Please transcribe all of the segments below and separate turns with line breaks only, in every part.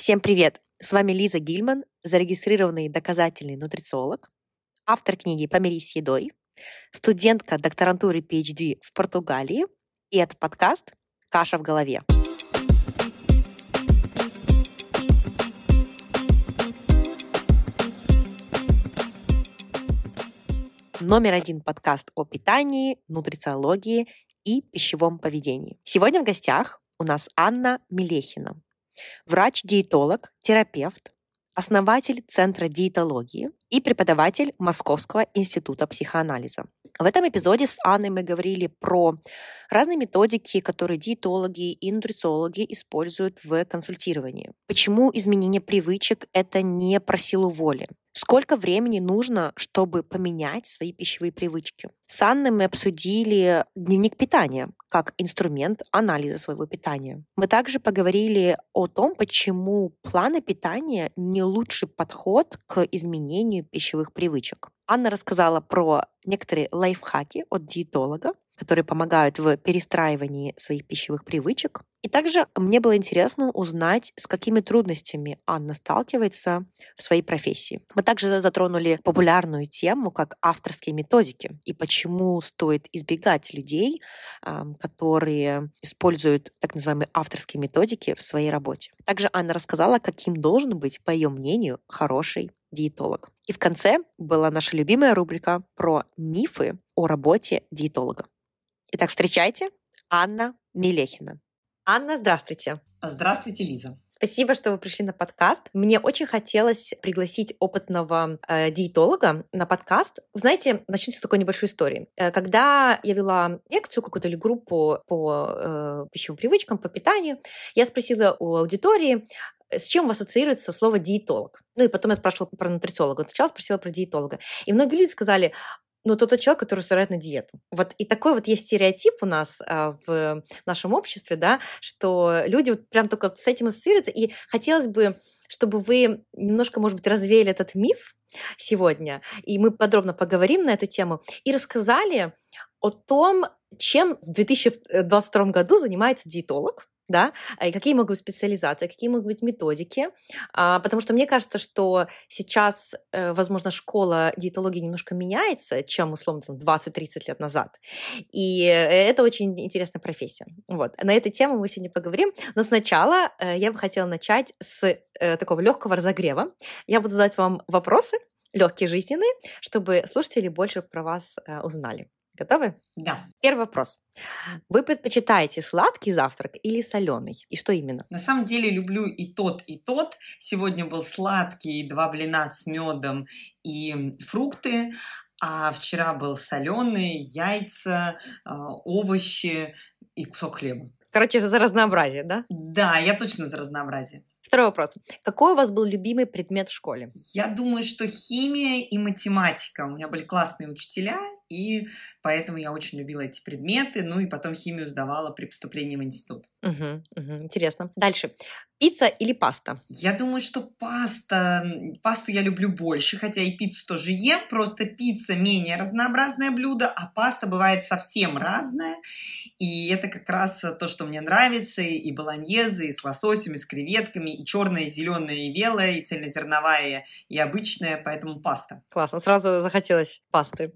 Всем привет! С вами Лиза Гильман, зарегистрированный доказательный нутрициолог, автор книги «Помирись с едой», студентка докторантуры PhD в Португалии, и это подкаст «Каша в голове». Номер 1 подкаст о питании, нутрициологии и пищевом поведении. Сегодня в гостях у нас Анна Мелехина, врач-диетолог, терапевт, основатель Центра диетологии и преподаватель Московского института психоанализа. В этом эпизоде с Анной мы говорили про разные методики, которые диетологи и нутрициологи используют в консультировании. Почему изменение привычек – это не про силу воли? Сколько времени нужно, чтобы поменять свои пищевые привычки? С Анной мы обсудили дневник питания как инструмент анализа своего питания. Мы также поговорили о том, почему планы питания не лучший подход к изменению пищевых привычек. Анна рассказала про некоторые лайфхаки от диетолога, которые помогают в перестраивании своих пищевых привычек. И также мне было интересно узнать, с какими трудностями Анна сталкивается в своей профессии. Мы также затронули популярную тему, как авторские методики, и почему стоит избегать людей, которые используют так называемые авторские методики в своей работе. Также Анна рассказала, каким должен быть, по ее мнению, хороший диетолог. И в конце была наша любимая рубрика про мифы о работе диетолога. Итак, встречайте, Анна Мелехина. Анна, здравствуйте.
Здравствуйте, Лиза.
Спасибо, что вы пришли на подкаст. Мне очень хотелось пригласить опытного диетолога на подкаст. Знаете, начну с такой небольшой истории. Когда я вела лекцию какую-то или группу по пищевым привычкам, по питанию, я спросила у аудитории, с чем у вас ассоциируется слово «диетолог». Ну и потом я спрашивала про нутрициолога. Сначала спросила про диетолога. И многие люди сказали, тот человек, который устраивает на диету. Вот и такой вот есть стереотип у нас в нашем обществе, да, что люди вот прям только с этим ассоциируются. И хотелось бы, чтобы вы немножко, может быть, развеяли этот миф сегодня, и мы подробно поговорим на эту тему, и рассказали о том, чем в 2022 году занимается диетолог, да, и какие могут быть специализации, какие могут быть методики, потому что мне кажется, что сейчас, возможно, школа диетологии немножко меняется, чем, условно, 20-30 лет назад, и это очень интересная профессия. Вот. На эту тему мы сегодня поговорим, но сначала я бы хотела начать с такого легкого разогрева. Я буду задавать вам вопросы, легкие, жизненные, чтобы слушатели больше про вас узнали. Готовы?
Да.
Первый вопрос. Вы предпочитаете сладкий завтрак или соленый? И что именно?
На самом деле люблю и тот, и тот. Сегодня был сладкий, 2 блина с медом и фрукты. А вчера был соленый, яйца, овощи и кусок хлеба.
Короче, за разнообразие, да?
Да, я точно за разнообразие.
Второй вопрос. Какой у вас был любимый предмет в школе?
Я думаю, что химия и математика. У меня были классные учителя, и поэтому я очень любила эти предметы. Ну и потом химию сдавала при поступлении в институт.
Интересно. Дальше. Пицца или паста?
Я думаю, что паста. Пасту я люблю больше, хотя и пиццу тоже ем. Просто пицца менее разнообразное блюдо, а паста бывает совсем разная. И это как раз то, что мне нравится. И болоньезе, и с лососем, и с креветками, и черная, и зеленая, и белая, и цельнозерновая, и обычная, поэтому паста.
Классно, сразу захотелось пасты.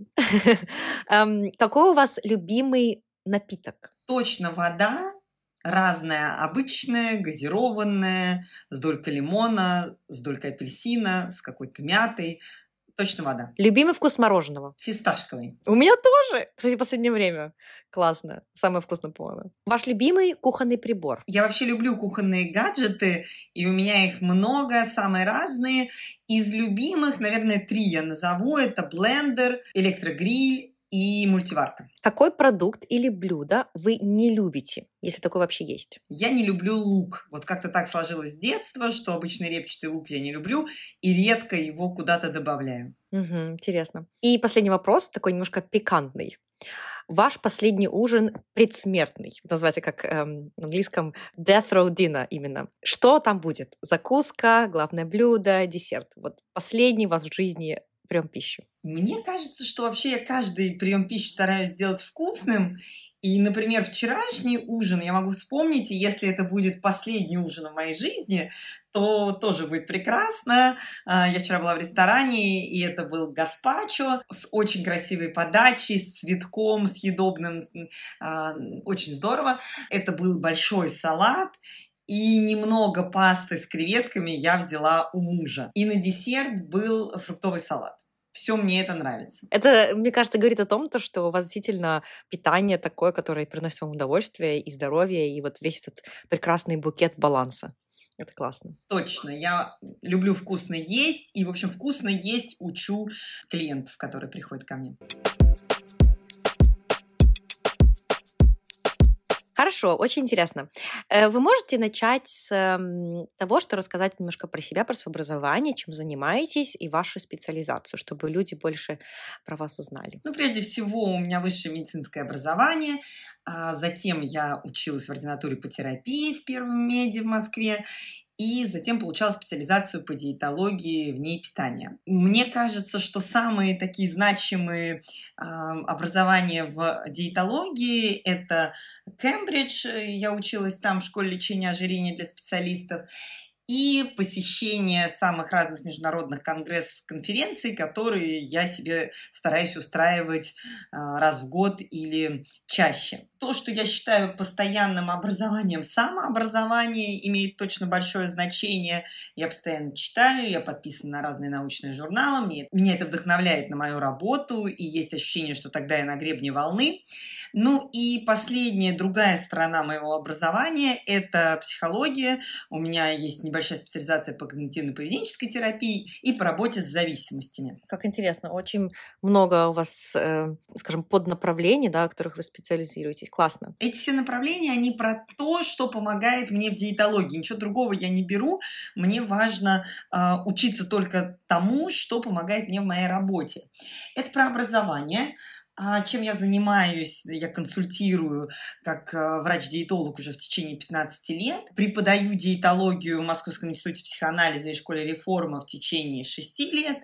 Какой у вас любимый напиток?
Точно вода. Разная, обычная, газированная, с долькой лимона, с долькой апельсина, с какой-то мятой. Точно вода.
Любимый вкус мороженого?
Фисташковый.
У меня тоже. Кстати, в последнее время. Классно. Самое вкусное, по-моему. Ваш любимый кухонный прибор?
Я вообще люблю кухонные гаджеты, и у меня их много, самые разные. Из любимых, наверное, 3 я назову. Это блендер, электрогриль и мультиварка.
Какой продукт или блюдо вы не любите, если такое вообще есть?
Я не люблю лук. Вот как-то так сложилось с детства, что обычный репчатый лук я не люблю и редко его куда-то добавляю.
Интересно. И последний вопрос, такой немножко пикантный. Ваш последний ужин предсмертный, называется как в английском death row dinner именно. Что там будет? Закуска, главное блюдо, десерт. Вот последний у вас в жизни прием пищи.
Мне кажется, что вообще я каждый прием пищи стараюсь сделать вкусным. И, например, вчерашний ужин я могу вспомнить, и если это будет последний ужин в моей жизни, то тоже будет прекрасно. Я вчера была в ресторане, и это был гаспачо с очень красивой подачей, с цветком съедобным, очень здорово. Это был большой салат, и немного пасты с креветками я взяла у мужа. И на десерт был фруктовый салат. Все мне это нравится.
Это, мне кажется, говорит о том, что у вас действительно питание такое, которое приносит вам удовольствие и здоровье, и вот весь этот прекрасный букет баланса. Это классно.
Точно. Я люблю вкусно есть, и, в общем, вкусно есть учу клиентов, которые приходят ко мне.
Хорошо, очень интересно. Вы можете начать с того, что рассказать немножко про себя, про свое образование, чем занимаетесь и вашу специализацию, чтобы люди больше про вас узнали.
Прежде всего, у меня высшее медицинское образование, затем я училась в ординатуре по терапии в Первом меде в Москве, и затем получала специализацию по диетологии вне питания. Мне кажется, что самые такие значимые образования в диетологии – это Кембридж, я училась там в школе лечения ожирения для специалистов, и посещение самых разных международных конгрессов, конференций, которые я себе стараюсь устраивать раз в год или чаще. То, что я считаю постоянным образованием, самообразование имеет точно большое значение. Я постоянно читаю, я подписана на разные научные журналы, меня это вдохновляет на мою работу, и есть ощущение, что тогда я на гребне волны. И последняя, другая сторона моего образования – это психология. У меня есть небольшая специализация по когнитивно-поведенческой терапии и по работе с зависимостями.
Как интересно, очень много у вас, скажем, поднаправлений, в которых вы специализируетесь. Классно.
Эти все направления, они про то, что помогает мне в диетологии. Ничего другого я не беру. Мне важно учиться только тому, что помогает мне в моей работе. Это про образование. Чем я занимаюсь, я консультирую как врач-диетолог уже в течение 15 лет, преподаю диетологию в Московском институте психоанализа и школе реформа в течение 6 лет,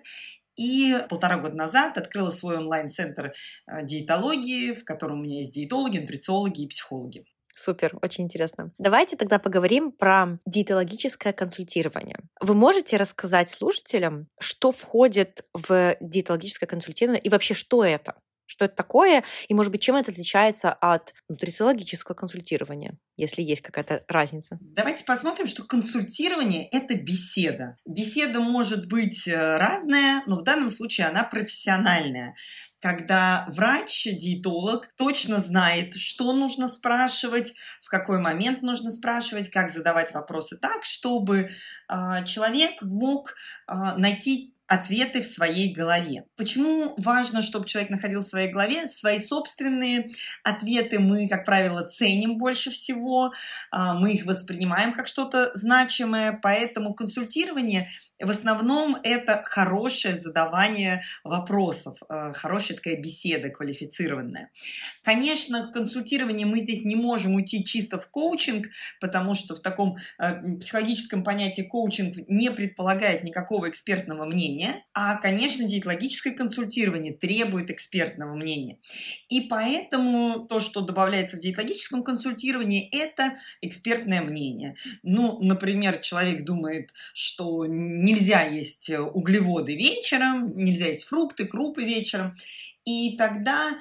и 1,5 года назад открыла свой онлайн-центр диетологии, в котором у меня есть диетологи, нутрициологи и психологи.
Супер, очень интересно. Давайте тогда поговорим про диетологическое консультирование. Вы можете рассказать слушателям, что входит в диетологическое консультирование и вообще что это? Что это такое, и, может быть, чем это отличается от нутрициологического консультирования, если есть какая-то разница?
Давайте посмотрим, что консультирование – это беседа. Беседа может быть разная, но в данном случае она профессиональная. Когда врач-диетолог точно знает, что нужно спрашивать, в какой момент нужно спрашивать, как задавать вопросы так, чтобы человек мог найти ответы в своей голове. Почему важно, чтобы человек находил в своей голове свои собственные ответы? Мы, как правило, ценим больше всего, мы их воспринимаем как что-то значимое, поэтому консультирование в основном это хорошее задавание вопросов, хорошая такая беседа квалифицированная. Конечно, в консультировании мы здесь не можем уйти чисто в коучинг, потому что в таком психологическом понятии коучинг не предполагает никакого экспертного мнения, а, конечно, диетологическое консультирование требует экспертного мнения. И поэтому то, что добавляется в диетологическом консультировании, это экспертное мнение. Например, человек думает, что нельзя есть углеводы вечером, нельзя есть фрукты, крупы вечером, и тогда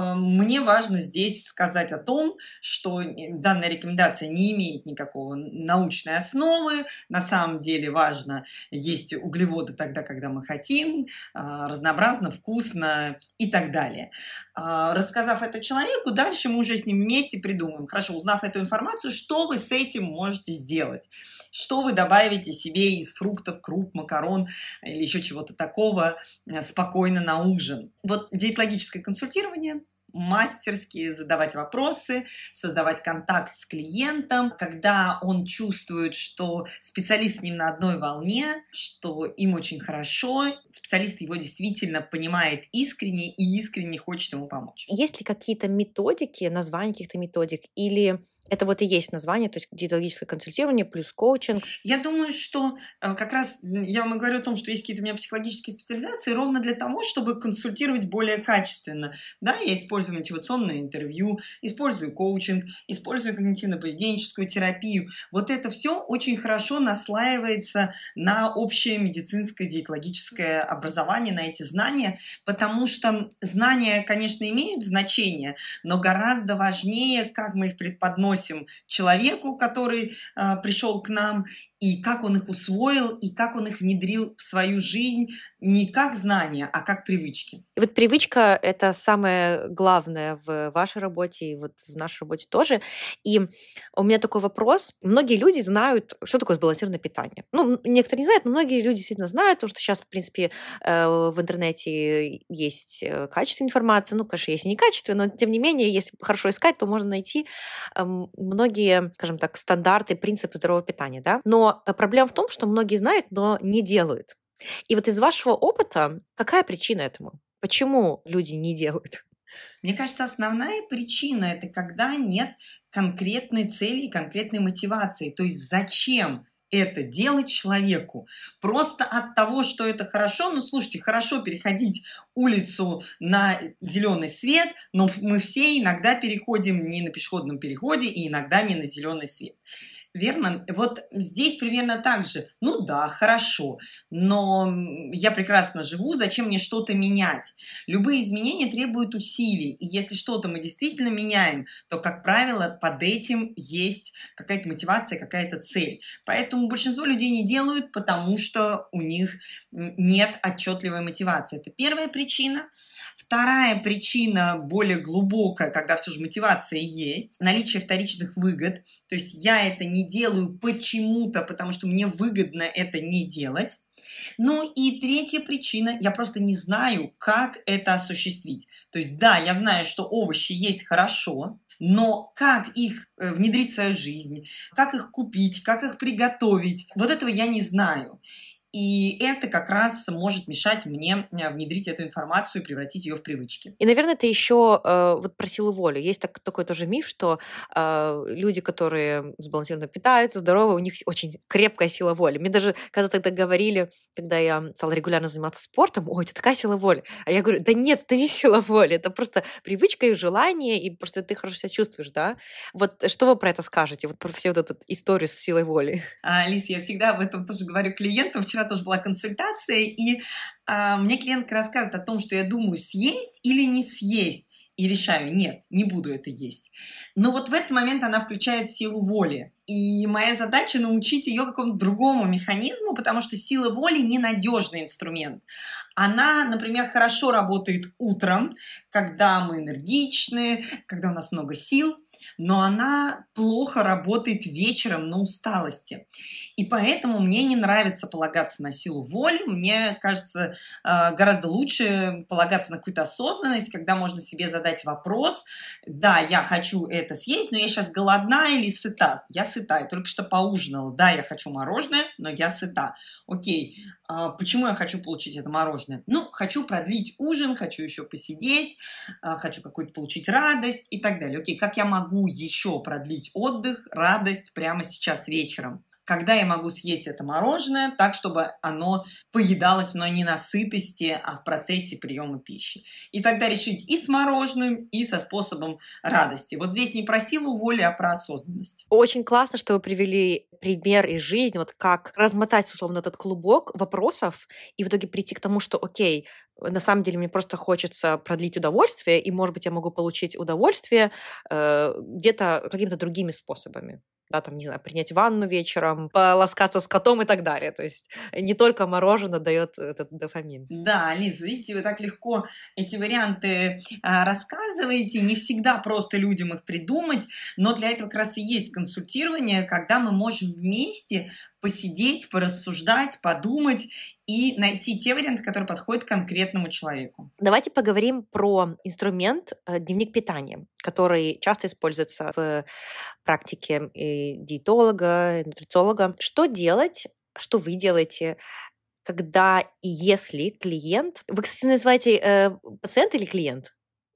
мне важно здесь сказать о том, что данная рекомендация не имеет никакого научной основы. На самом деле важно есть углеводы тогда, когда мы хотим, разнообразно, вкусно и так далее. Рассказав это человеку, дальше мы уже с ним вместе придумаем. Хорошо, узнав эту информацию, что вы с этим можете сделать? Что вы добавите себе из фруктов, круп, макарон или еще чего-то такого спокойно на ужин? Вот диетологическое консультирование, мастерски задавать вопросы, создавать контакт с клиентом, когда он чувствует, что специалист с ним на одной волне, что им очень хорошо, специалист его действительно понимает искренне и искренне хочет ему помочь.
Есть ли какие-то методики, названия каких-то методик, или это вот и есть название, то есть диетологическое консультирование плюс коучинг?
Я думаю, что как раз я вам и говорю о том, что есть какие-то у меня психологические специализации ровно для того, чтобы консультировать более качественно. Да, я использую использую мотивационное интервью, использую коучинг, использую когнитивно-поведенческую терапию. Вот это все очень хорошо наслаивается на общее медицинское диетологическое образование, на эти знания, потому что знания, конечно, имеют значение, но гораздо важнее, как мы их преподносим человеку, который пришел к нам, и как он их усвоил, и как он их внедрил в свою жизнь не как знания, а как привычки.
И вот привычка — это самое главное в вашей работе и вот в нашей работе тоже. И у меня такой вопрос. Многие люди знают, что такое сбалансированное питание. Ну, некоторые не знают, но многие люди действительно знают, потому что сейчас, в принципе, в интернете есть качественная информация. Ну, конечно, есть и некачественная, но тем не менее, если хорошо искать, то можно найти многие, скажем так, стандарты, принципы здорового питания, да. Но проблема в том, что многие знают, но не делают. И вот из вашего опыта какая причина этому? Почему люди не делают?
Мне кажется, основная причина – это когда нет конкретной цели и конкретной мотивации. То есть зачем это делать человеку? Просто от того, что это хорошо. Ну, слушайте, хорошо переходить улицу на зеленый свет, но мы все иногда переходим не на пешеходном переходе и иногда не на зеленый свет. Верно? Вот здесь примерно так же. Ну да, хорошо, но я прекрасно живу, зачем мне что-то менять? Любые изменения требуют усилий, и если что-то мы действительно меняем, то, как правило, под этим есть какая-то мотивация, какая-то цель. Поэтому большинство людей не делают, потому что у них нет отчетливой мотивации. Это первая причина. Вторая причина, более глубокая, когда все же мотивация есть, наличие вторичных выгод. То есть я это не делаю почему-то, потому что мне выгодно это не делать. Ну и третья причина, я просто не знаю, как это осуществить. То есть да, я знаю, что овощи есть хорошо, но как их внедрить в свою жизнь, как их купить, как их приготовить, вот этого я не знаю. И это как раз может мешать мне внедрить эту информацию и превратить ее в привычки.
И, наверное, это еще вот про силу воли. Есть такой тоже миф, что люди, которые сбалансированно питаются, здоровы, у них очень крепкая сила воли. Мне даже когда тогда говорили, когда я стала регулярно заниматься спортом, ой, у тебя такая сила воли. А я говорю, да нет, это не сила воли, это просто привычка и желание, и просто ты хорошо себя чувствуешь, да? Вот что вы про это скажете, вот про всю вот эту историю с силой воли?
Лиз, я всегда об этом тоже говорю клиентам. Вчера тоже была консультация, и мне клиентка рассказывает о том, что я думаю, съесть или не съесть. И решаю, нет, не буду это есть. Но вот в этот момент она включает силу воли. И моя задача научить ее какому-то другому механизму, потому что сила воли ненадежный инструмент. Она, например, хорошо работает утром, когда мы энергичны, когда у нас много сил, но она плохо работает вечером на усталости. И поэтому мне не нравится полагаться на силу воли. Мне кажется, гораздо лучше полагаться на какую-то осознанность, когда можно себе задать вопрос: да, я хочу это съесть, но я сейчас голодна или сыта? Я сыта, я только что поужинала. Да, я хочу мороженое, но я сыта. Окей, почему я хочу получить это мороженое? Ну, хочу продлить ужин, хочу еще посидеть, хочу какую-то получить радость и так далее. Окей, как я могу еще продлить отдых, радость прямо сейчас вечером? Когда я могу съесть это мороженое так, чтобы оно поедалось мной не на сытости, а в процессе приема пищи. И тогда решить и с мороженым, и со способом радости. Вот здесь не про силу воли, а про осознанность.
Очень классно, что вы привели пример из жизни, вот как размотать, условно, этот клубок вопросов и в итоге прийти к тому, что, окей, на самом деле мне просто хочется продлить удовольствие, и, может быть, я могу получить удовольствие где-то какими-то другими способами. Да, там, не знаю, принять ванну вечером, поласкаться с котом и так далее. То есть не только мороженое дает этот дофамин.
Да, Лиз, видите, вы так легко эти варианты рассказываете. Не всегда просто людям их придумать, но для этого как раз и есть консультирование, когда мы можем вместе посидеть, порассуждать, подумать и найти те варианты, которые подходят конкретному человеку.
Давайте поговорим про инструмент дневник питания, который часто используется в практике и диетолога, и нутрициолога. Что делать, что вы делаете, когда и если клиент... Вы, кстати, называете пациент или клиент?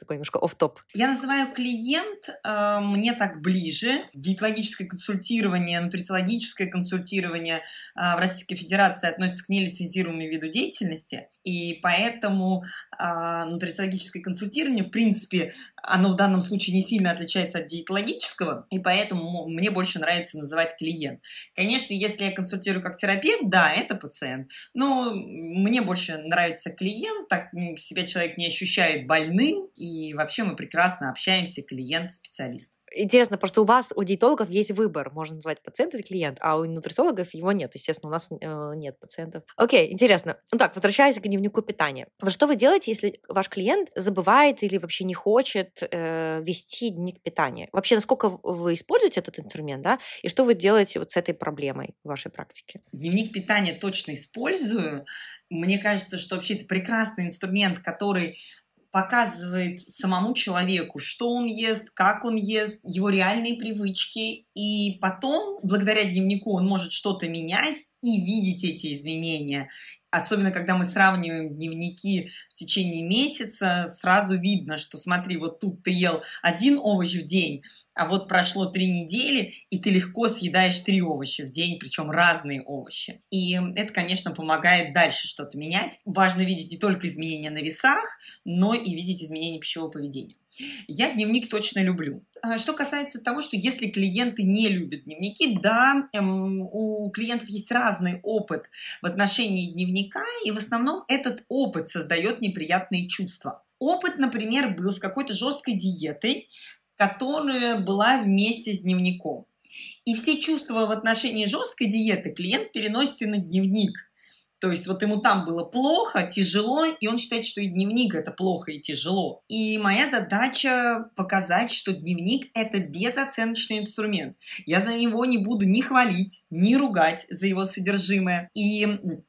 такой немножко офф-топ.
Я называю клиент, мне так ближе. Диетологическое консультирование, нутрициологическое консультирование в Российской Федерации относится к нелицензируемому виду деятельности, и поэтому нутрициологическое консультирование, в принципе, оно в данном случае не сильно отличается от диетологического, и поэтому мне больше нравится называть клиент. Конечно, если я консультирую как терапевт, да, это пациент, но мне больше нравится клиент, так себя человек не ощущает больным, и вообще мы прекрасно общаемся, клиент-специалист.
Интересно, потому что у диетологов есть выбор. Можно назвать пациент или клиент, а у нутрициологов его нет. Естественно, у нас нет пациентов. Окей, интересно. Ну так, возвращаясь к дневнику питания. Что вы делаете, если ваш клиент забывает или вообще не хочет вести дневник питания? Вообще, насколько вы используете этот инструмент, да? И что вы делаете вот с этой проблемой в вашей практике?
Дневник питания точно использую. Мне кажется, что вообще это прекрасный инструмент, который показывает самому человеку, что он ест, как он ест, его реальные привычки. И потом, благодаря дневнику, он может что-то менять и видеть эти изменения. Особенно, когда мы сравниваем дневники в течение месяца, сразу видно, что смотри, вот тут ты ел 1 овощ в день, а вот прошло 3 недели, и ты легко съедаешь 3 овоща в день, причем разные овощи. И это, конечно, помогает дальше что-то менять. Важно видеть не только изменения на весах, но и видеть изменения пищевого поведения. Я дневник точно люблю. Что касается того, что если клиенты не любят дневники, да, у клиентов есть разный опыт в отношении дневника, и в основном этот опыт создает неприятные чувства. Опыт, например, был с какой-то жесткой диетой, которая была вместе с дневником. И все чувства в отношении жесткой диеты клиент переносит и на дневник. То есть вот ему там было плохо, тяжело, и он считает, что и дневник – это плохо и тяжело. И моя задача показать, что дневник – это безоценочный инструмент. Я за него не буду ни хвалить, ни ругать за его содержимое. И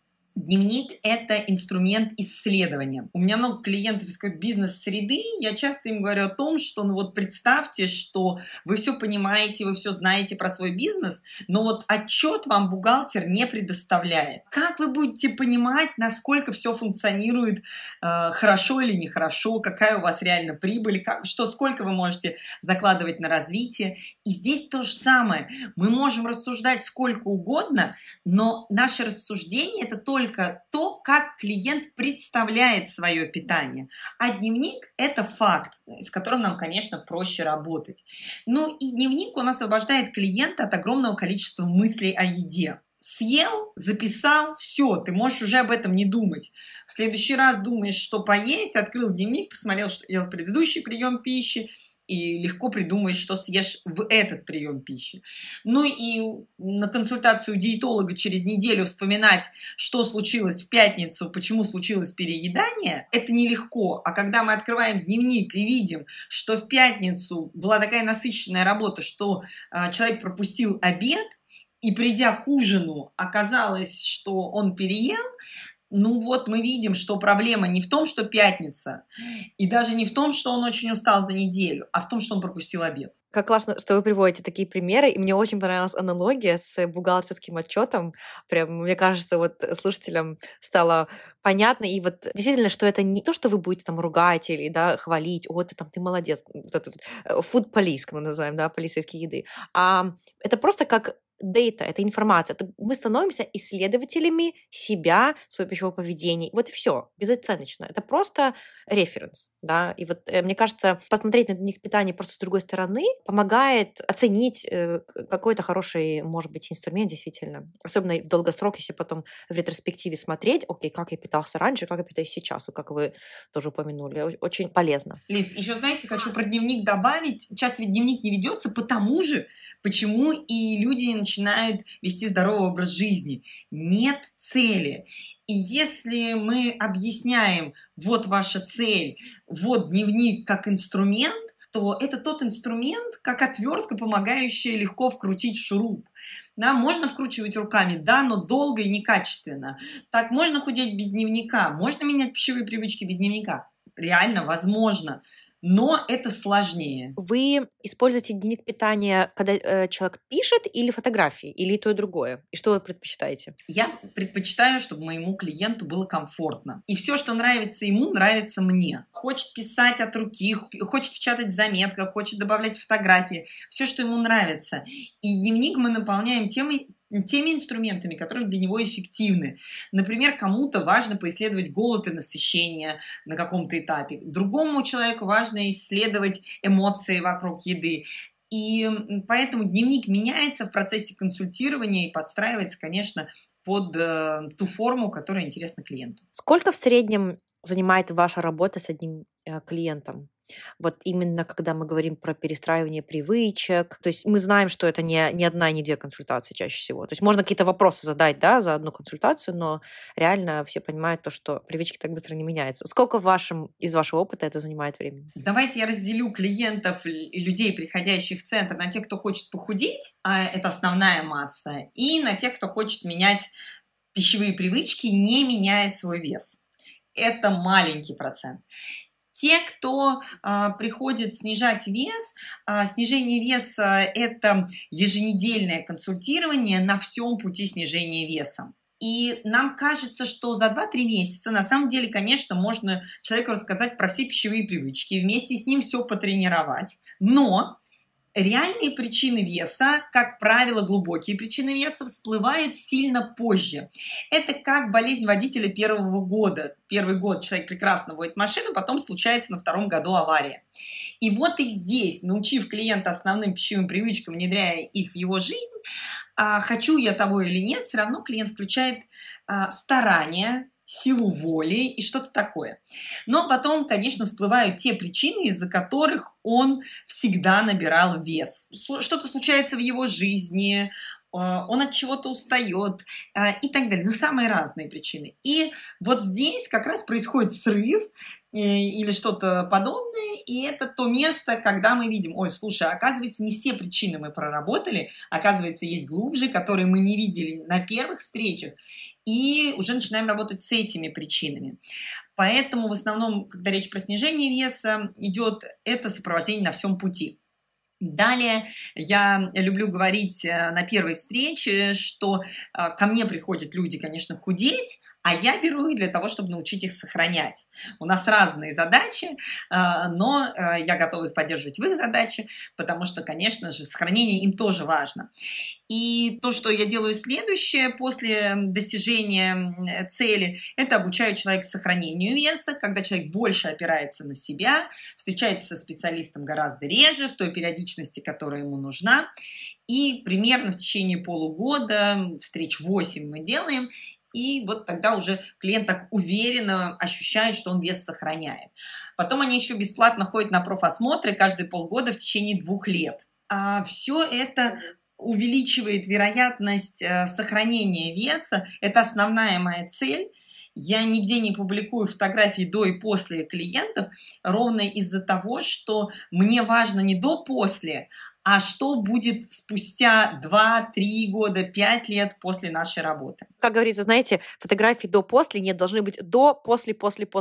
дневник – это инструмент исследования. У меня много клиентов из какой-то бизнес-среды, я часто им говорю о том, что ну вот представьте, что вы все понимаете, вы все знаете про свой бизнес, но вот отчет вам бухгалтер не предоставляет. Как вы будете понимать, насколько все функционирует хорошо или нехорошо, какая у вас реально прибыль, сколько вы можете закладывать на развитие? И здесь то же самое. Мы можем рассуждать сколько угодно, но наше рассуждение – это только то, как клиент представляет свое питание. А дневник – это факт, с которым нам, конечно, проще работать. Ну и дневник, он освобождает клиента от огромного количества мыслей о еде. Съел, записал, все, ты можешь уже об этом не думать. В следующий раз думаешь, что поесть, открыл дневник, посмотрел, что ел в предыдущий прием пищи, и легко придумаешь, что съешь в этот прием пищи. Ну и на консультацию диетолога через неделю вспоминать, что случилось в пятницу, почему случилось переедание, это нелегко. А когда мы открываем дневник и видим, что в пятницу была такая насыщенная работа, что человек пропустил обед, и придя к ужину, оказалось, что он переел, ну вот мы видим, что проблема не в том, что пятница, и даже не в том, что он очень устал за неделю, а в том, что он пропустил обед.
Как классно, что вы приводите такие примеры, и мне очень понравилась аналогия с бухгалтерским отчетом. Прям, мне кажется, вот слушателям стало понятно, и вот действительно, что это не то, что вы будете там ругать или, да, хвалить, о, ты молодец, вот это вот food police, мы называем, да, полицейские еды, а это просто как data, это информация. Мы становимся исследователями себя, своего пищевого поведения. Вот и все, безоценочно. Это просто референс, да. И вот мне кажется, посмотреть на дневник питания просто с другой стороны помогает оценить какой-то хороший, может быть, инструмент действительно. Особенно в долгосрок, если потом в ретроспективе смотреть, окей, как я питался раньше, как я питаюсь сейчас, как вы тоже упомянули. Очень полезно.
Лиз, еще, знаете, хочу про дневник добавить. Часто ведь дневник не ведется потому же, почему и люди начинают вести здоровый образ жизни. Нет цели. И если мы объясняем, вот ваша цель, вот дневник как инструмент, то это тот инструмент, как отвертка, помогающая легко вкрутить шуруп. Да, можно вкручивать руками, да, но долго и некачественно. Так, можно худеть без дневника, можно менять пищевые привычки без дневника. Реально, возможно. но это сложнее.
Вы используете дневник питания, когда человек пишет, или фотографии, или и то, и другое? И что вы предпочитаете?
Я предпочитаю, чтобы моему клиенту было комфортно. И все, что нравится ему, нравится мне. Хочет писать от руки, хочет печатать в заметках, хочет добавлять фотографии. Все, что ему нравится. И дневник мы наполняем теми инструментами, которые для него эффективны. Например, кому-то важно поисследовать голод и насыщение на каком-то этапе. Другому человеку важно исследовать эмоции вокруг еды. И поэтому дневник меняется в процессе консультирования и подстраивается, конечно, под ту форму, которая интересна клиенту.
Сколько в среднем занимает ваша работа с одним клиентом? Вот именно когда мы говорим про перестраивание привычек, то есть мы знаем, что это не одна и не две консультации чаще всего. То есть можно какие-то вопросы задать, да, за одну консультацию, но реально все понимают то, что привычки так быстро не меняются. Сколько из вашего опыта это занимает времени?
Давайте я разделю клиентов и людей, приходящих в центр, на тех, кто хочет похудеть, а это основная масса, и на тех, кто хочет менять пищевые привычки, не меняя свой вес. Это маленький процент. Те, кто приходит снижать вес, снижение веса – это еженедельное консультирование на всем пути снижения веса. И нам кажется, что за 2-3 месяца на самом деле, конечно, можно человеку рассказать про все пищевые привычки, вместе с ним все потренировать, но реальные причины веса, как правило, глубокие причины веса, всплывают сильно позже. Это как болезнь водителя первого года. Первый год человек прекрасно водит машину, потом случается на втором году авария. И вот и здесь, научив клиента основным пищевым привычкам, внедряя их в его жизнь, хочу я того или нет, все равно клиент включает старания, силу воли и что-то такое. Но потом, конечно, всплывают те причины, из-за которых он всегда набирал вес. Что-то случается в его жизни, он от чего-то устает и так далее. Ну, самые разные причины. И вот здесь как раз происходит срыв или что-то подобное, и это то место, когда мы видим, ой, слушай, оказывается, не все причины мы проработали, оказывается, есть глубже, которые мы не видели на первых встречах, и уже начинаем работать с этими причинами. Поэтому в основном, когда речь про снижение веса идет, это сопровождение на всем пути. Далее я люблю говорить на первой встрече, что ко мне приходят люди, конечно, худеть, а я беру их для того, чтобы научить их сохранять. У нас разные задачи, но я готова их поддерживать в их задаче, потому что, конечно же, сохранение им тоже важно. И то, что я делаю следующее после достижения цели, это обучаю человека сохранению веса, когда человек больше опирается на себя, встречается со специалистом гораздо реже, в той периодичности, которая ему нужна. И примерно в течение полугода, встреч 8 мы делаем, и вот тогда уже клиент так уверенно ощущает, что он вес сохраняет. Потом они еще бесплатно ходят на профосмотры каждые полгода в течение 2 лет. Все это увеличивает вероятность сохранения веса. Это основная моя цель. Я нигде не публикую фотографии до и после клиентов ровно из-за того, что мне важно не до-после, а что будет спустя 2-3 года, 5 лет после нашей работы.
Как говорится, знаете, фотографии до-после не должны быть до, после.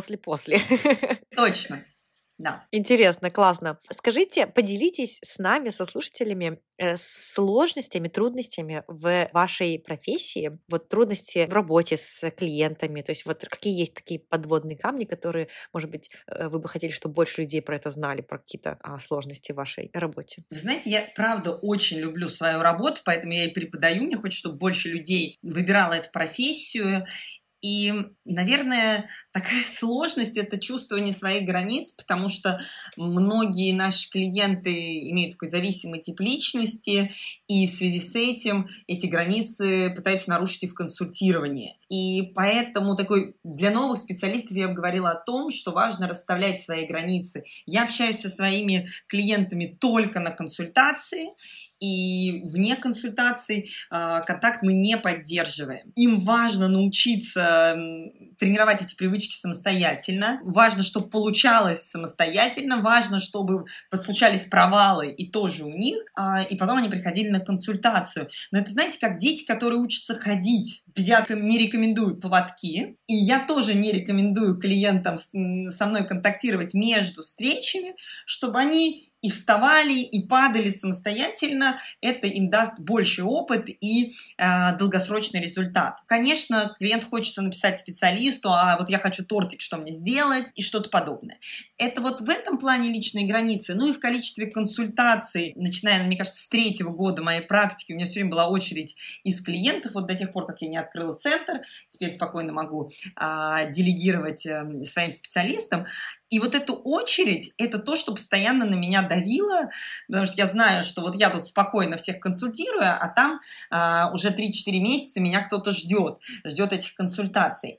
Точно. Да.
Интересно, классно. Скажите, поделитесь с нами, со слушателями, сложностями, трудностями в вашей профессии, вот трудности в работе с клиентами, то есть вот какие есть такие подводные камни, которые, может быть, вы бы хотели, чтобы больше людей про это знали, про какие-то сложности в вашей работе?
Вы знаете, я правда очень люблю свою работу, поэтому я и преподаю, мне хочется, чтобы больше людей выбирало эту профессию. И, наверное, такая сложность – это чувствование своих границ, потому что многие наши клиенты имеют такой зависимый тип личности, и в связи с этим эти границы пытаются нарушить и в консультировании. И поэтому для новых специалистов я бы говорила о том, что важно расставлять свои границы. Я общаюсь со своими клиентами только на консультации, и вне консультаций контакт мы не поддерживаем. Им важно научиться тренировать эти привычки самостоятельно. Важно, чтобы получалось самостоятельно. Важно, чтобы случались провалы и тоже у них. И потом они приходили на консультацию. Но это, знаете, как дети, которые учатся ходить. Педиатры не рекомендуют поводки. И я тоже не рекомендую клиентам со мной контактировать между встречами, чтобы они и вставали, и падали самостоятельно. Это им даст больший опыт и долгосрочный результат. Конечно, клиент хочется написать специалисту, а вот я хочу тортик, что мне сделать, и что-то подобное. Это вот в этом плане личные границы. Ну и в количестве консультаций, начиная, мне кажется, с 3-го года моей практики, у меня все время была очередь из клиентов, вот до тех пор, как я не открыла центр, теперь спокойно могу делегировать своим специалистам. И вот эту очередь, это то, что постоянно на меня давило, потому что я знаю, что вот я тут спокойно всех консультирую, а там уже 3-4 месяца меня кто-то ждет этих консультаций.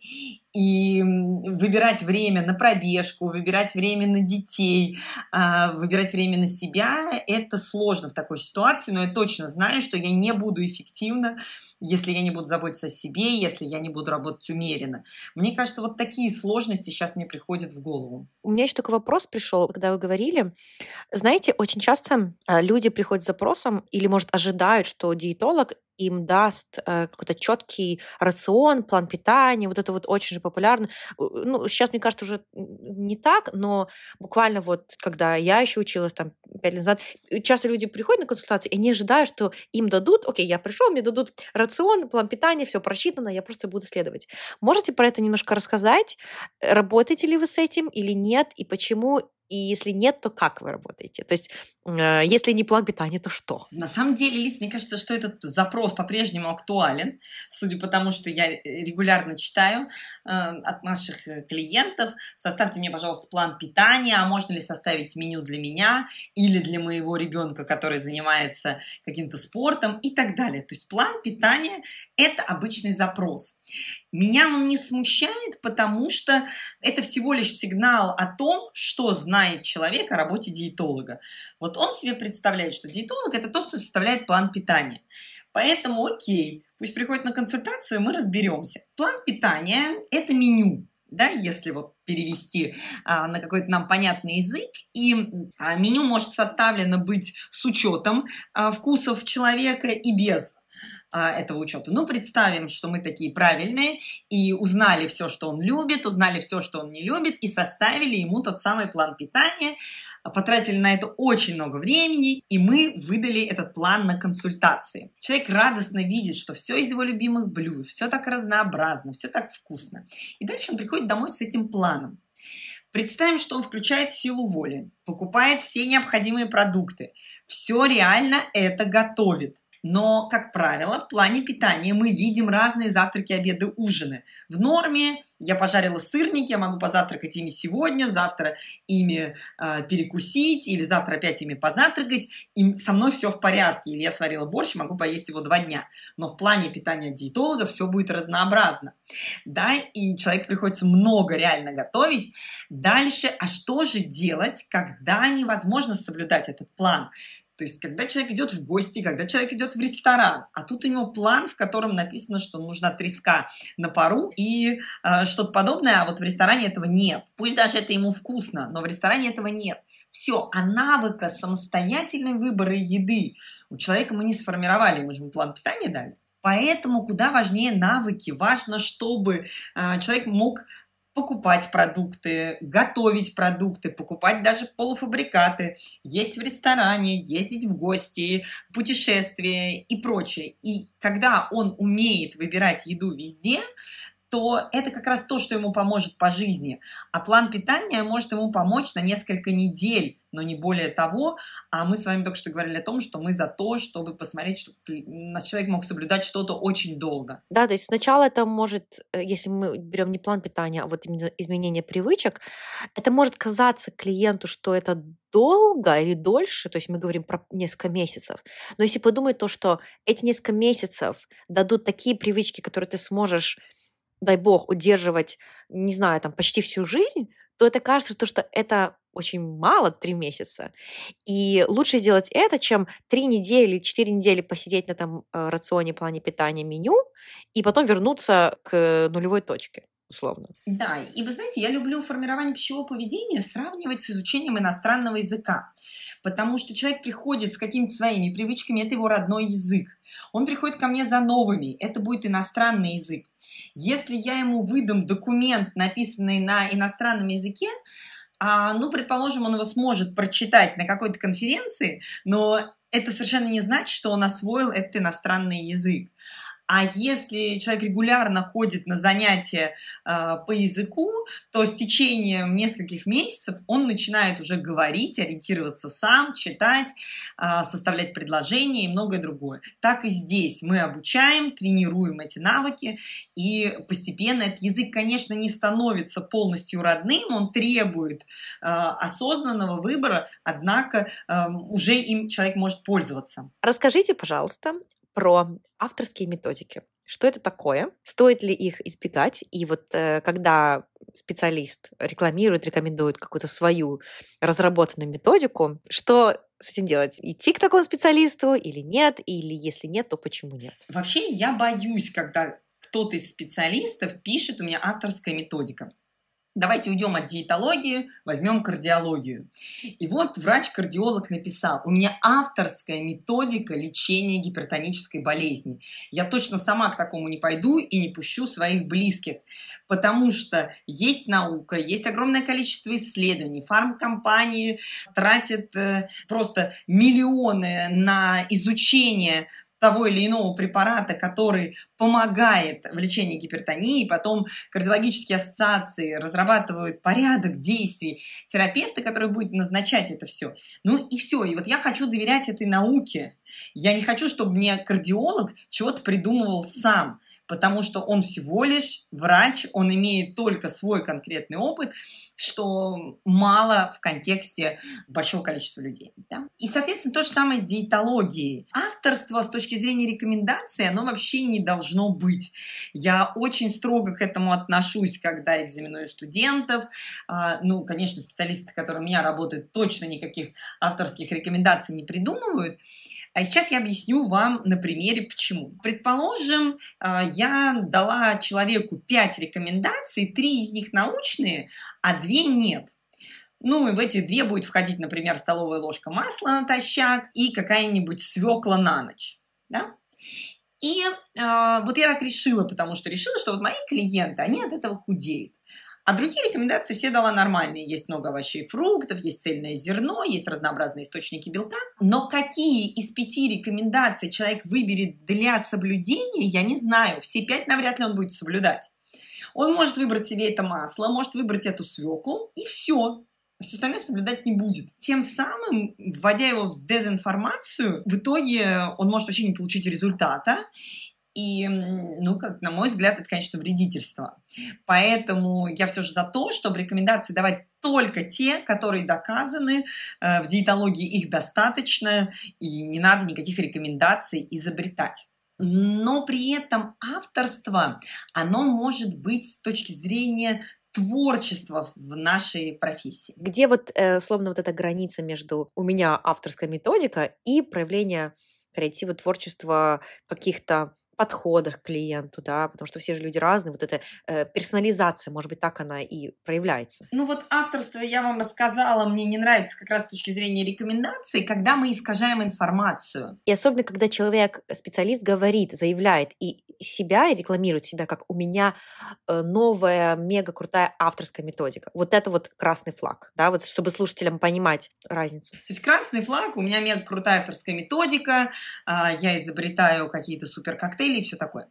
И выбирать время на пробежку, выбирать время на детей, выбирать время на себя, это сложно в такой ситуации, но я точно знаю, что я не буду эффективна, если я не буду заботиться о себе, если я не буду работать умеренно. Мне кажется, вот такие сложности сейчас мне приходят в голову.
У меня еще такой вопрос пришел, когда вы говорили. Знаете, очень часто люди приходят с запросом или, может, ожидают, что диетолог им даст какой-то четкий рацион, план питания, вот это вот очень же популярно. Ну, сейчас, мне кажется, уже не так, но буквально вот, когда я еще училась там 5 лет назад, часто люди приходят на консультации, и они ожидают, что им дадут, окей, я пришел, мне дадут рацион, план питания, все просчитано, я просто буду следовать. Можете про это немножко рассказать? Работаете ли вы с этим или нет, и почему? И если нет, то как вы работаете? То есть, если не план питания, то что?
На самом деле, Лиз, мне кажется, что этот запрос по-прежнему актуален, судя по тому, что я регулярно читаю от наших клиентов. Составьте мне, пожалуйста, план питания, а можно ли составить меню для меня или для моего ребенка, который занимается каким-то спортом и так далее. То есть план питания – это обычный запрос. Меня он не смущает, потому что это всего лишь сигнал о том, что знает человек о работе диетолога. Вот он себе представляет, что диетолог – это тот, кто составляет план питания. Поэтому окей, пусть приходит на консультацию, мы разберемся. План питания – это меню. Да, если вот перевести на какой-то нам понятный язык, и меню может составлено быть с учетом вкусов человека и без этого учета. Ну, представим, что мы такие правильные и узнали все, что он любит, узнали все, что он не любит, и составили ему тот самый план питания, потратили на это очень много времени, и мы выдали этот план на консультации. Человек радостно видит, что все из его любимых блюд, все так разнообразно, все так вкусно. И дальше он приходит домой с этим планом. Представим, что он включает силу воли, покупает все необходимые продукты, все реально это готовит. Но, как правило, в плане питания мы видим разные завтраки, обеды, ужины. В норме я пожарила сырники, я могу позавтракать ими сегодня, завтра ими перекусить, или завтра опять ими позавтракать, и со мной все в порядке. Или я сварила борщ, могу поесть его 2 дня. Но в плане питания диетолога все будет разнообразно. Да, и человеку приходится много реально готовить. Дальше, а что же делать, когда невозможно соблюдать этот план? То есть, когда человек идет в гости, когда человек идет в ресторан, а тут у него план, в котором написано, что нужна треска на пару и что-то подобное, а вот в ресторане этого нет. Пусть даже это ему вкусно, но в ресторане этого нет. Все, а навыка самостоятельного выбора еды у человека мы не сформировали, мы же ему план питания дали. Поэтому куда важнее навыки. Важно, чтобы человек мог покупать продукты, готовить продукты, покупать даже полуфабрикаты, есть в ресторане, ездить в гости, путешествия и прочее. И когда он умеет выбирать еду везде, то это как раз то, что ему поможет по жизни. А план питания может ему помочь на несколько недель, но не более того. А мы с вами только что говорили о том, что мы за то, чтобы посмотреть, чтобы наш человек мог соблюдать что-то очень долго.
Да, то есть сначала это может, если мы берем не план питания, а вот именно изменение привычек, это может казаться клиенту, что это долго или дольше, то есть мы говорим про несколько месяцев. Но если подумать то, что эти несколько месяцев дадут такие привычки, которые ты сможешь, дай бог, удерживать, не знаю, там почти всю жизнь, то это кажется, что это очень мало 3 месяца. И лучше сделать это, чем 3 недели, 4 недели посидеть на там рационе, плане питания, меню, и потом вернуться к нулевой точке, условно.
Да, и вы знаете, я люблю формирование пищевого поведения сравнивать с изучением иностранного языка, потому что человек приходит с какими-то своими привычками, это его родной язык. Он приходит ко мне за новыми, это будет иностранный язык. Если я ему выдам документ, написанный на иностранном языке, предположим, он его сможет прочитать на какой-то конференции, но это совершенно не значит, что он освоил этот иностранный язык. А если человек регулярно ходит на занятия по языку, то с течением нескольких месяцев он начинает уже говорить, ориентироваться сам, читать, составлять предложения и многое другое. Так и здесь мы обучаем, тренируем эти навыки, и постепенно этот язык, конечно, не становится полностью родным, он требует осознанного выбора, однако уже им человек может пользоваться.
Расскажите, пожалуйста, про авторские методики. Что это такое? Стоит ли их избегать? И вот когда специалист рекламирует, рекомендует какую-то свою разработанную методику, что с этим делать? Идти к такому специалисту или нет? Или если нет, то почему нет?
Вообще я боюсь, когда кто-то из специалистов пишет у меня авторская методика. Давайте уйдем от диетологии, возьмем кардиологию. И вот врач-кардиолог написал: у меня авторская методика лечения гипертонической болезни. Я точно сама к такому не пойду и не пущу своих близких, потому что есть наука, есть огромное количество исследований, фармкомпании тратят просто миллионы на изучение того или иного препарата, который помогает в лечении гипертонии, потом кардиологические ассоциации разрабатывают порядок действий терапевта, который будет назначать это все. Ну и все. И вот я хочу доверять этой науке. Я не хочу, чтобы мне кардиолог чего-то придумывал сам, потому что он всего лишь врач, он имеет только свой конкретный опыт, что мало в контексте большого количества людей. Да? И, соответственно, то же самое с диетологией. Авторство с точки зрения рекомендаций, оно вообще не должно быть. Я очень строго к этому отношусь, когда экзаменую студентов. Конечно, специалисты, которые у меня работают, точно никаких авторских рекомендаций не придумывают. А сейчас я объясню вам на примере, почему. Предположим, я дала человеку 5 рекомендаций, 3 из них научные, а 2 нет. Ну, и в эти 2 будет входить, например, столовая ложка масла натощак и какая-нибудь свекла на ночь. Да? И вот я так решила, потому что решила, что вот мои клиенты, они от этого худеют. А другие рекомендации все дала нормальные. Есть много овощей и фруктов, есть цельное зерно, есть разнообразные источники белка. Но какие из 5 рекомендаций человек выберет для соблюдения, я не знаю. Все 5 навряд ли он будет соблюдать. Он может выбрать себе это масло, может выбрать эту свеклу, и все. Все остальное соблюдать не будет. Тем самым, вводя его в дезинформацию, в итоге он может вообще не получить результата. И, на мой взгляд, это, конечно, вредительство. Поэтому я все же за то, чтобы рекомендации давать только те, которые доказаны. В диетологии их достаточно, и не надо никаких рекомендаций изобретать. Но при этом авторство, оно может быть с точки зрения творчества в нашей профессии.
Где словно вот эта граница между у меня авторская методика и проявление креатива, творчества каких-то подходах к клиенту, да, потому что все же люди разные, вот эта персонализация, может быть, так она и проявляется.
Авторство, я вам рассказала, мне не нравится как раз с точки зрения рекомендаций, когда мы искажаем информацию.
И особенно, когда человек, специалист, говорит, заявляет и себя, и рекламирует себя, как у меня новая, мега крутая авторская методика. Вот это вот красный флаг, да, вот чтобы слушателям понимать разницу.
То есть красный флаг, у меня мега крутая авторская методика, я изобретаю какие-то супер коктейли и все такое.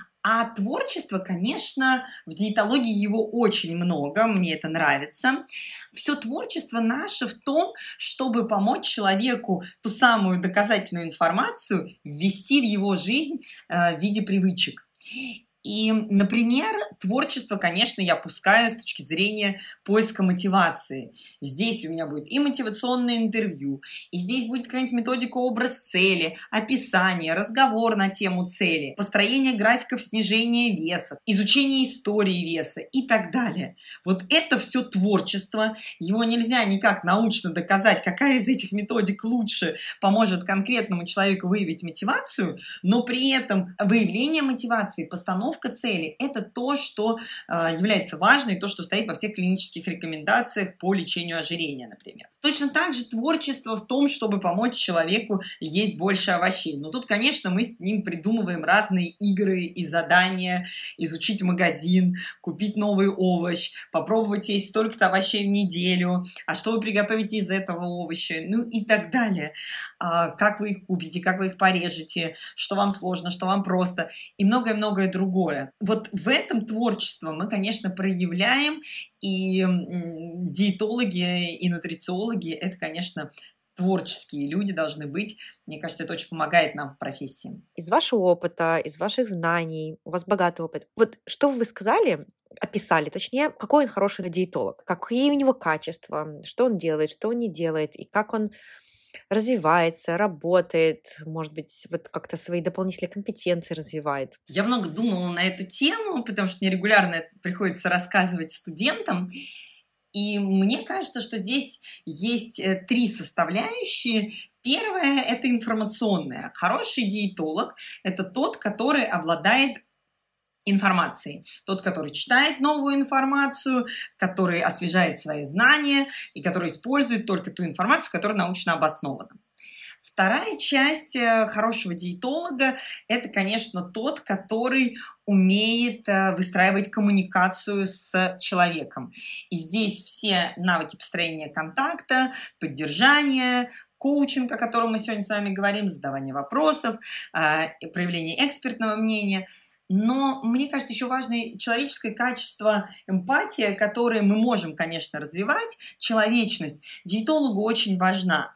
А творчество, конечно, в диетологии его очень много, мне это нравится. Все творчество наше в том, чтобы помочь человеку ту самую доказательную информацию ввести в его жизнь в виде привычек. И, например, творчество, конечно, я пускаю с точки зрения поиска мотивации. Здесь у меня будет и мотивационное интервью, и здесь будет какая-нибудь методика образ цели, описание, разговор на тему цели, построение графиков снижения веса, изучение истории веса и так далее. Вот это все творчество. Его нельзя никак научно доказать, какая из этих методик лучше поможет конкретному человеку выявить мотивацию, но при этом выявление мотивации, постановка цели – это то, что является важным, то, что стоит во всех клинических рекомендациях по лечению ожирения, например. Точно так же творчество в том, чтобы помочь человеку есть больше овощей. Но тут, конечно, мы с ним придумываем разные игры и задания, изучить магазин, купить новый овощ, попробовать есть столько-то овощей в неделю, а что вы приготовите из этого овоща, ну и так далее. Как вы их купите, как вы их порежете, что вам сложно, что вам просто, и многое-многое другое. Вот в этом творчество мы, конечно, проявляем, и диетологи и нутрициологи – это, конечно, творческие люди должны быть. Мне кажется, это очень помогает нам в профессии.
Из вашего опыта, из ваших знаний, у вас богатый опыт. Вот что вы сказали, описали, точнее, какой он хороший диетолог, какие у него качества, что он делает, что он не делает, и как он развивается, работает, может быть, вот как-то свои дополнительные компетенции развивает.
Я много думала на эту тему, потому что мне регулярно приходится рассказывать студентам. И мне кажется, что здесь есть 3 составляющие. Первая – это информационная. Хороший диетолог – это тот, который обладает информацией. Тот, который читает новую информацию, который освежает свои знания и который использует только ту информацию, которая научно обоснована. Вторая часть хорошего диетолога – это, конечно, тот, который умеет выстраивать коммуникацию с человеком. И здесь все навыки построения контакта, поддержания, коучинг, о котором мы сегодня с вами говорим, задавание вопросов, проявление экспертного мнения – но мне кажется, еще важно человеческое качество, эмпатия, которое мы можем, конечно, развивать, человечность. Диетологу очень важна.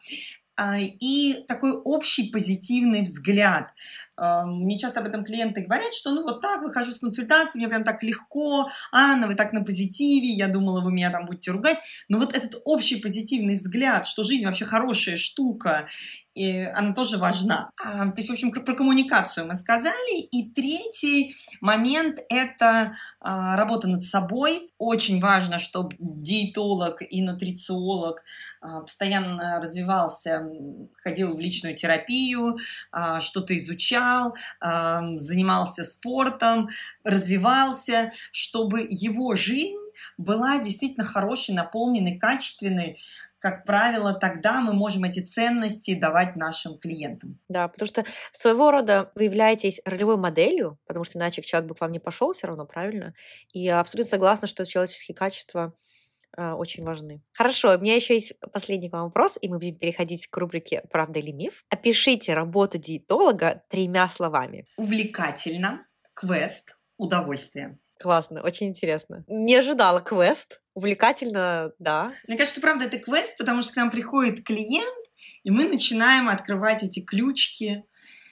И такой общий позитивный взгляд. Мне часто об этом клиенты говорят, что ну вот так выхожу с консультации, мне прям так легко, Анна, вы так на позитиве, я думала, вы меня там будете ругать. Но вот этот общий позитивный взгляд, что жизнь вообще хорошая штука, и она тоже важна. То есть, в общем, про коммуникацию мы сказали. И третий момент – это работа над собой. Очень важно, чтобы диетолог и нутрициолог постоянно развивался, ходил в личную терапию, что-то изучал, занимался спортом, развивался, чтобы его жизнь была действительно хорошей, наполненной, качественной. Как правило, тогда мы можем эти ценности давать нашим клиентам.
Да, потому что своего рода вы являетесь ролевой моделью, потому что иначе человек бы к вам не пошел все равно, правильно? И я абсолютно согласна, что человеческие качества очень важны. Хорошо, у меня еще есть последний к вам вопрос, и мы будем переходить к рубрике «Правда или миф». Опишите работу диетолога 3 словами.
Увлекательно, квест, удовольствие.
Классно, очень интересно. Не ожидала квест. Увлекательно, да.
Мне кажется, что правда это квест, потому что к нам приходит клиент, и мы начинаем открывать эти ключики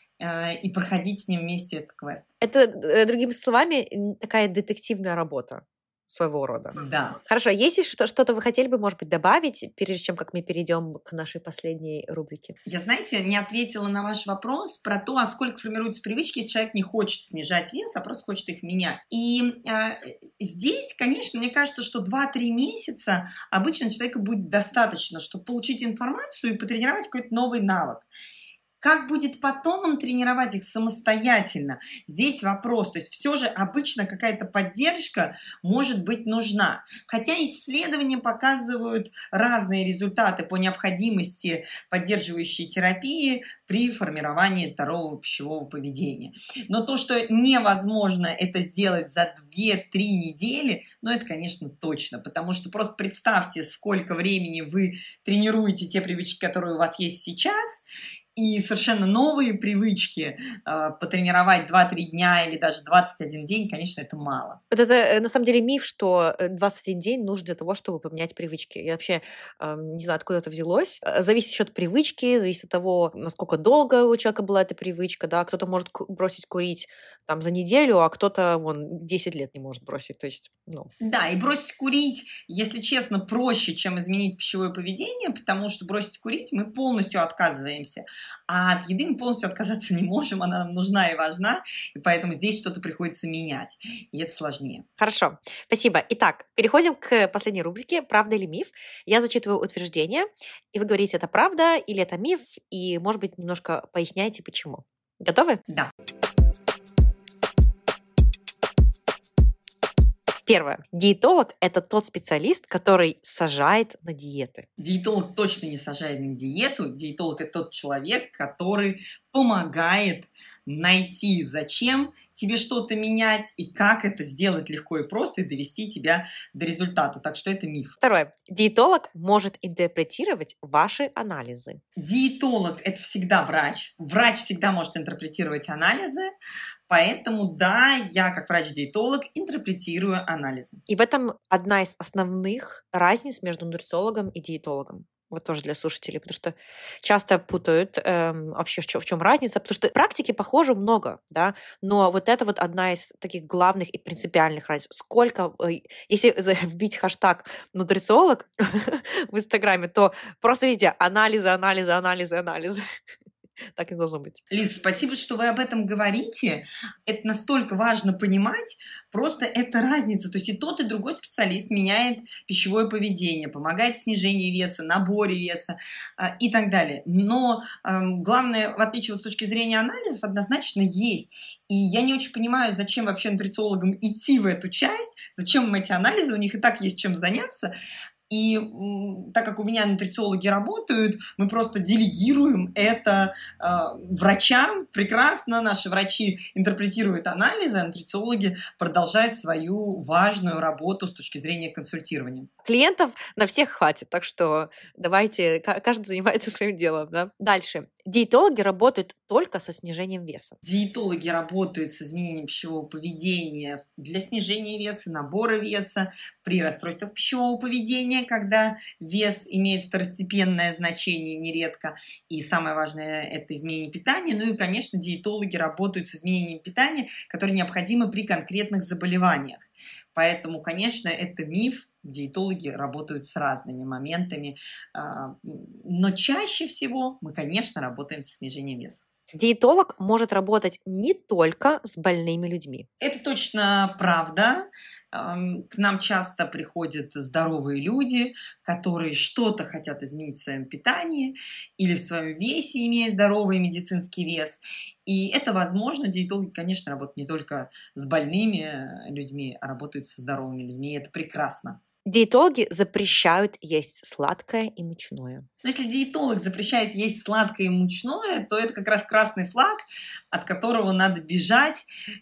и проходить с ним вместе этот квест.
Это, другими словами, такая детективная работа своего рода.
Да.
Хорошо, есть что-то вы хотели бы, может быть, добавить, прежде чем как мы перейдем к нашей последней рубрике?
Я, знаете, не ответила на ваш вопрос про то, а сколько формируются привычки, если человек не хочет снижать вес, а просто хочет их менять. И здесь, конечно, мне кажется, что 2-3 месяца обычно человеку будет достаточно, чтобы получить информацию и потренировать какой-то новый навык. Как будет потом он тренировать их самостоятельно? Здесь вопрос. То есть все же обычно какая-то поддержка может быть нужна. Хотя исследования показывают разные результаты по необходимости поддерживающей терапии при формировании здорового пищевого поведения. Но то, что невозможно это сделать за 2-3 недели, ну это, конечно, точно. Потому что просто представьте, сколько времени вы тренируете те привычки, которые у вас есть сейчас, и совершенно новые привычки потренировать 2-3 дня или даже 21 день, конечно, это мало.
Вот это на самом деле миф, что 21 день нужен для того, чтобы поменять привычки. Я вообще не знаю, откуда это взялось. Зависит еще от привычки, зависит от того, насколько долго у человека была эта привычка. Да? Кто-то может бросить курить там за неделю, а кто-то вон 10 лет не может бросить. То есть, ну.
Да, и бросить курить, если честно, проще, чем изменить пищевое поведение, потому что бросить курить мы полностью отказываемся, а от еды мы полностью отказаться не можем, она нам нужна и важна, и поэтому здесь что-то приходится менять, и это сложнее.
Хорошо, спасибо. Итак, переходим к последней рубрике «Правда или миф?». Я зачитываю утверждение, и вы говорите, это правда или это миф, и, может быть, немножко поясняете, почему. Готовы?
Да.
Первое. Диетолог – это тот специалист, который сажает на диеты.
Диетолог точно не сажает на диету. Диетолог – это тот человек, который помогает найти, зачем тебе что-то менять и как это сделать легко и просто и довести тебя до результата. Так что это миф.
Второе. Диетолог может интерпретировать ваши анализы.
Диетолог – это всегда врач. Врач всегда может интерпретировать анализы. Поэтому, да, я как врач-диетолог интерпретирую анализы.
И в этом одна из основных разниц между нутрициологом и диетологом. Вот тоже для слушателей, потому что часто путают вообще, в чем разница, потому что практики, похоже, много, да, но вот это вот одна из таких главных и принципиальных разниц. Сколько, если вбить хэштаг «нутрициолог» в Инстаграме, то просто видите анализы. Так не должно быть.
Лиз, спасибо, что вы об этом говорите. Это настолько важно понимать. Просто это разница. То есть и тот, и другой специалист меняет пищевое поведение, помогает в снижении веса, наборе веса и так далее. Но главное, в отличие с точки зрения анализов, однозначно есть. И я не очень понимаю, зачем вообще нутрициологам идти в эту часть, зачем им эти анализы, у них и так есть чем заняться. И так как у меня нутрициологи работают, мы просто делегируем это врачам. Прекрасно наши врачи интерпретируют анализы, а нутрициологи продолжают свою важную работу с точки зрения консультирования.
Клиентов на всех хватит, так что давайте, каждый занимается своим делом. Да? Дальше. Диетологи работают только со снижением веса.
Диетологи работают с изменением пищевого поведения для снижения веса, набора веса, при расстройствах пищевого поведения, когда вес имеет второстепенное значение нередко. И самое важное – это изменение питания. Ну и, конечно, диетологи работают с изменением питания, которое необходимо при конкретных заболеваниях. Поэтому, конечно, это миф. Диетологи работают с разными моментами, но чаще всего мы, конечно, работаем со снижением веса.
Диетолог может работать не только с больными людьми.
Это точно правда. К нам часто приходят здоровые люди, которые что-то хотят изменить в своем питании или в своем весе, имея здоровый медицинский вес. И это возможно. Диетологи, конечно, работают не только с больными людьми, а работают со здоровыми людьми. И это прекрасно.
Диетологи запрещают есть сладкое и мучное.
Но если диетолог запрещает есть сладкое и мучное, то это как раз красный флаг, от которого надо бежать.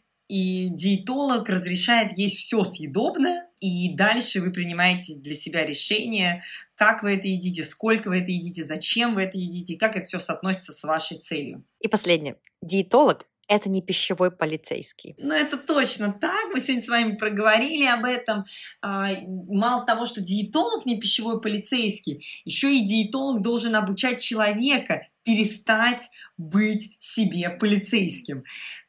И диетолог разрешает есть все съедобное, и дальше вы принимаете для себя решение, как вы это едите, сколько вы это едите, зачем вы это едите, и как это все соотносится с вашей целью.
И последнее. Диетолог – это не пищевой полицейский.
Ну, это точно так. Мы сегодня с вами проговорили об этом. Мало того, что диетолог не пищевой полицейский, еще и диетолог должен обучать человека перестать быть себе полицейским.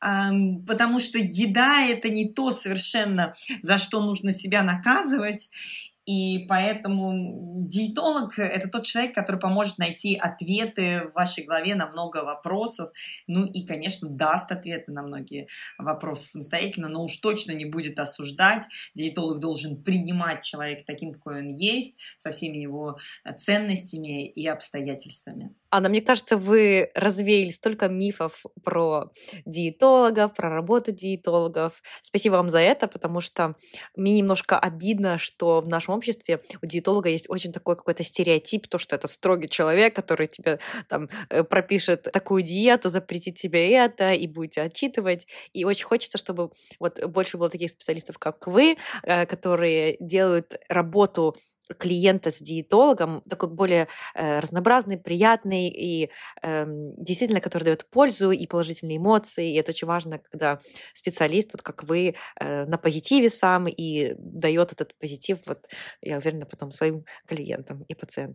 Потому что еда – это не то совершенно, за что нужно себя наказывать. И поэтому диетолог – это тот человек, который поможет найти ответы в вашей голове на много вопросов. Ну и, конечно, даст ответы на многие вопросы самостоятельно, но уж точно не будет осуждать. Диетолог должен принимать человека таким, какой он есть, со всеми его ценностями и обстоятельствами.
Анна, мне кажется, вы развеяли столько мифов про диетологов, про работу диетологов. Спасибо вам за это, потому что мне немножко обидно, что в нашем обществе у диетолога есть очень такой какой-то стереотип, то, что это строгий человек, который тебе там пропишет такую диету, запретит тебе это и будет тебя отчитывать. И очень хочется, чтобы вот больше было таких специалистов, как вы, которые делают работу клиента с диетологом такой более разнообразный, приятный и действительно, который дает пользу и положительные эмоции. И это очень важно, когда специалист, вот как вы, на позитиве сам и дает этот позитив, вот, я уверена, потом своим клиентам и пациентам.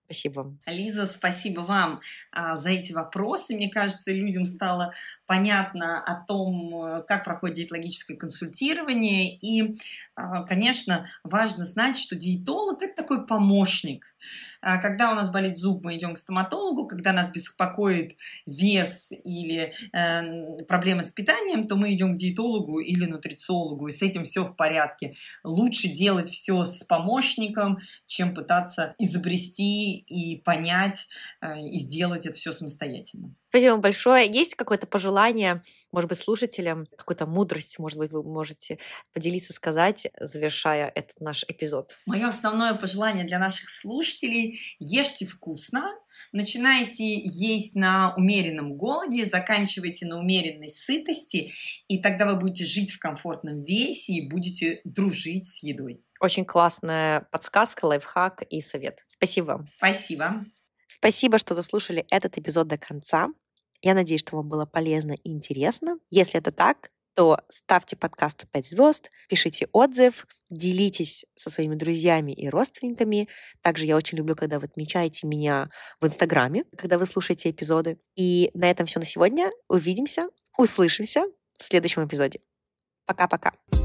Спасибо.
Лиза, спасибо вам за эти вопросы. Мне кажется, людям стало понятно о том, как проходит диетологическое консультирование. И, конечно, важно знать, что диетолог – это такой помощник. Когда у нас болит зуб, мы идем к стоматологу. Когда нас беспокоит вес или проблемы с питанием, то мы идем к диетологу или нутрициологу. И с этим все в порядке. Лучше делать все с помощником, чем пытаться изобрести и понять, и сделать это все самостоятельно.
Спасибо вам большое. Есть какое-то пожелание, может быть, слушателям, какую-то мудрость, может быть, вы можете поделиться, сказать, завершая этот наш эпизод?
Мое основное пожелание для наших слушателей – ешьте вкусно, начинайте есть на умеренном голоде, заканчивайте на умеренной сытости, и тогда вы будете жить в комфортном весе и будете дружить с едой.
Очень классная подсказка, лайфхак и совет. Спасибо вам.
Спасибо.
Спасибо, что дослушали этот эпизод до конца. Я надеюсь, что вам было полезно и интересно. Если это так, то ставьте подкасту 5 звезд, пишите отзыв, делитесь со своими друзьями и родственниками. Также я очень люблю, когда вы отмечаете меня в Инстаграме, когда вы слушаете эпизоды. И на этом все на сегодня. Увидимся, услышимся в следующем эпизоде. Пока-пока.